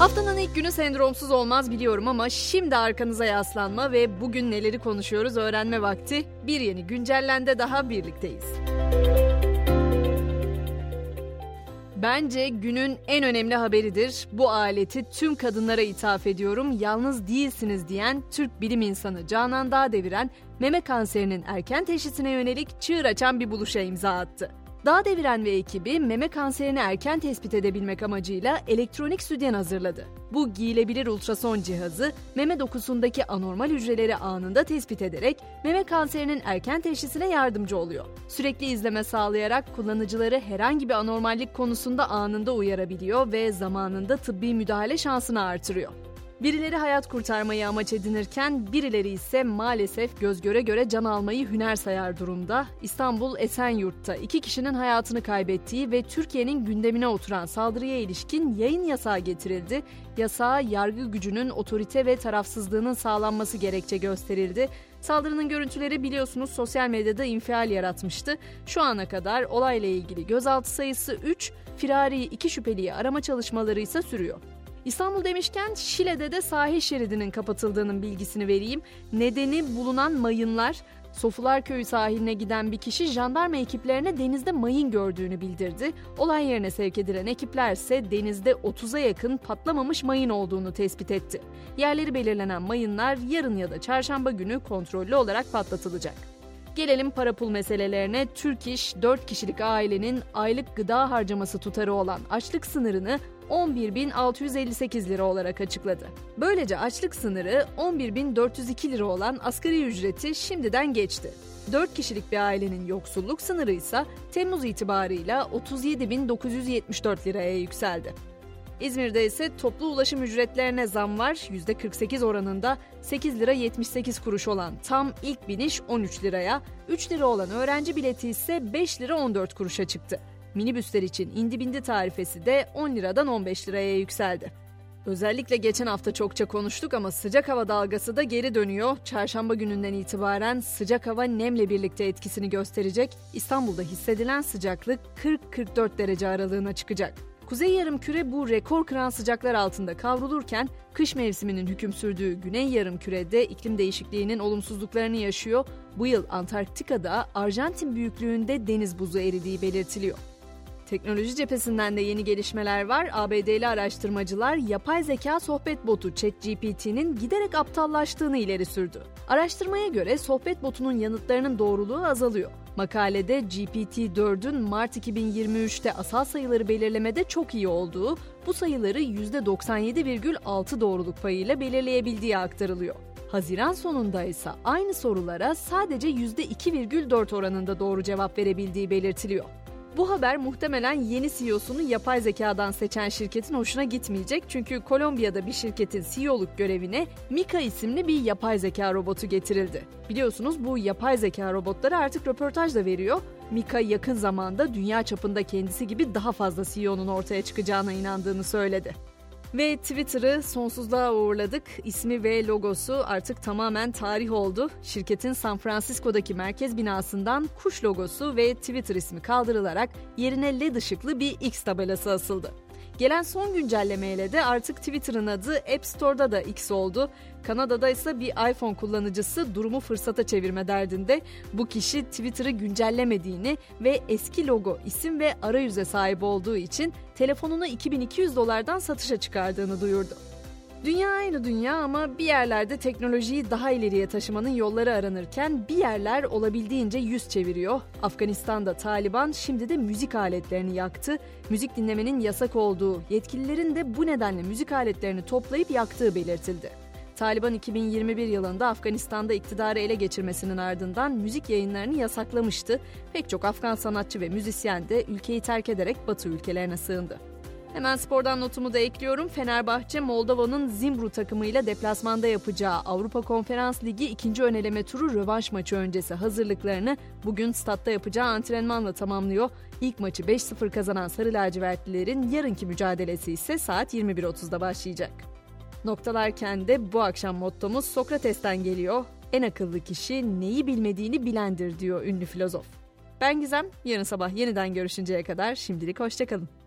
Haftanın ilk günü sendromsuz olmaz biliyorum ama şimdi arkanıza yaslanma ve bugün neleri konuşuyoruz öğrenme vakti. Bir yeni güncellende daha birlikteyiz. Bence günün en önemli haberidir. Bu aleti tüm kadınlara ithaf ediyorum. Yalnız değilsiniz diyen Türk bilim insanı Canan Dağdeviren, meme kanserinin erken teşhisine yönelik çığır açan bir buluşa imza attı. Dağdeviren ve ekibi meme kanserini erken tespit edebilmek amacıyla elektronik sütyen hazırladı. Bu giyilebilir ultrason cihazı meme dokusundaki anormal hücreleri anında tespit ederek meme kanserinin erken teşhisine yardımcı oluyor. Sürekli izleme sağlayarak kullanıcıları herhangi bir anormallik konusunda anında uyarabiliyor ve zamanında tıbbi müdahale şansını artırıyor. Birileri hayat kurtarmayı amaç edinirken birileri ise maalesef göz göre göre can almayı hüner sayar durumda. İstanbul Esenyurt'ta 2 kişinin hayatını kaybettiği ve Türkiye'nin gündemine oturan saldırıya ilişkin yayın yasağı getirildi. Yasağa yargı gücünün otorite ve tarafsızlığının sağlanması gerekçe gösterildi. Saldırının görüntüleri biliyorsunuz sosyal medyada infial yaratmıştı. Şu ana kadar olayla ilgili gözaltı sayısı 3, firari 2 şüpheliyi arama çalışmaları ise sürüyor. İstanbul demişken Şile'de de sahil şeridinin kapatıldığının bilgisini vereyim. Nedeni bulunan mayınlar. Sofular Köyü sahiline giden bir kişi jandarma ekiplerine denizde mayın gördüğünü bildirdi. Olay yerine sevk edilen ekipler ise denizde 30'a yakın patlamamış mayın olduğunu tespit etti. Yerleri belirlenen mayınlar yarın ya da çarşamba günü kontrollü olarak patlatılacak. Gelelim para pul meselelerine. Türk İş, 4 kişilik ailenin aylık gıda harcaması tutarı olan açlık sınırını 11.658 lira olarak açıkladı. Böylece açlık sınırı 11.402 lira olan asgari ücreti şimdiden geçti. 4 kişilik bir ailenin yoksulluk sınırı ise Temmuz itibarıyla 37.974 liraya yükseldi. İzmir'de ise toplu ulaşım ücretlerine zam var. %48 oranında 8 lira 78 kuruş olan tam ilk biniş 13 liraya, 3 lira olan öğrenci bileti ise 5 lira 14 kuruşa çıktı. Minibüsler için indi bindi tarifesi de 10 liradan 15 liraya yükseldi. Özellikle geçen hafta çokça konuştuk ama sıcak hava dalgası da geri dönüyor. Çarşamba gününden itibaren sıcak hava nemle birlikte etkisini gösterecek. İstanbul'da hissedilen sıcaklık 40-44 derece aralığına çıkacak. Kuzey yarımküre bu rekor kıran sıcaklar altında kavrulurken kış mevsiminin hüküm sürdüğü güney yarımkürede iklim değişikliğinin olumsuzluklarını yaşıyor. Bu yıl Antarktika'da Arjantin büyüklüğünde deniz buzu eridiği belirtiliyor. Teknoloji cephesinden de yeni gelişmeler var. ABD'li araştırmacılar yapay zeka sohbet botu ChatGPT'nin giderek aptallaştığını ileri sürdü. Araştırmaya göre sohbet botunun yanıtlarının doğruluğu azalıyor. Makalede GPT-4'ün Mart 2023'te asal sayıları belirlemede çok iyi olduğu, bu sayıları %97,6 doğruluk payıyla belirleyebildiği aktarılıyor. Haziran sonunda ise aynı sorulara sadece %2,4 oranında doğru cevap verebildiği belirtiliyor. Bu haber muhtemelen yeni CEO'sunu yapay zekadan seçen şirketin hoşuna gitmeyecek çünkü Kolombiya'da bir şirketin CEO'luk görevine Mika isimli bir yapay zeka robotu getirildi. Biliyorsunuz bu yapay zeka robotları artık röportaj da veriyor. Mika yakın zamanda dünya çapında kendisi gibi daha fazla CEO'nun ortaya çıkacağına inandığını söyledi. Ve Twitter'ı sonsuzluğa uğurladık. İsmi ve logosu artık tamamen tarih oldu. Şirketin San Francisco'daki merkez binasından kuş logosu ve Twitter ismi kaldırılarak yerine LED ışıklı bir X tabelası asıldı. Gelen son güncellemeyle de artık Twitter'ın adı App Store'da da X oldu. Kanada'da ise bir iPhone kullanıcısı durumu fırsata çevirme derdinde. Bu kişi Twitter'ı güncellemediğini ve eski logo, isim ve arayüze sahip olduğu için telefonunu $2200'dan satışa çıkardığını duyurdu. Dünya aynı dünya ama bir yerlerde teknolojiyi daha ileriye taşımanın yolları aranırken bir yerler olabildiğince yüz çeviriyor. Afganistan'da Taliban şimdi de müzik aletlerini yaktı. Müzik dinlemenin yasak olduğu, yetkililerin de bu nedenle müzik aletlerini toplayıp yaktığı belirtildi. Taliban 2021 yılında Afganistan'da iktidarı ele geçirmesinin ardından müzik yayınlarını yasaklamıştı. Pek çok Afgan sanatçı ve müzisyen de ülkeyi terk ederek Batı ülkelerine sığındı. Hemen spordan notumu da ekliyorum. Fenerbahçe, Moldova'nın Zimbru takımıyla deplasmanda yapacağı Avrupa Konferans Ligi 2. öneleme turu rövanş maçı öncesi hazırlıklarını bugün statta yapacağı antrenmanla tamamlıyor. İlk maçı 5-0 kazanan Sarı Lacivertlilerin yarınki mücadelesi ise saat 21.30'da başlayacak. Noktalarken de bu akşam mottomuz Sokrates'ten geliyor. En akıllı kişi neyi bilmediğini bilendir diyor ünlü filozof. Ben Gizem, yarın sabah yeniden görüşünceye kadar şimdilik hoşçakalın.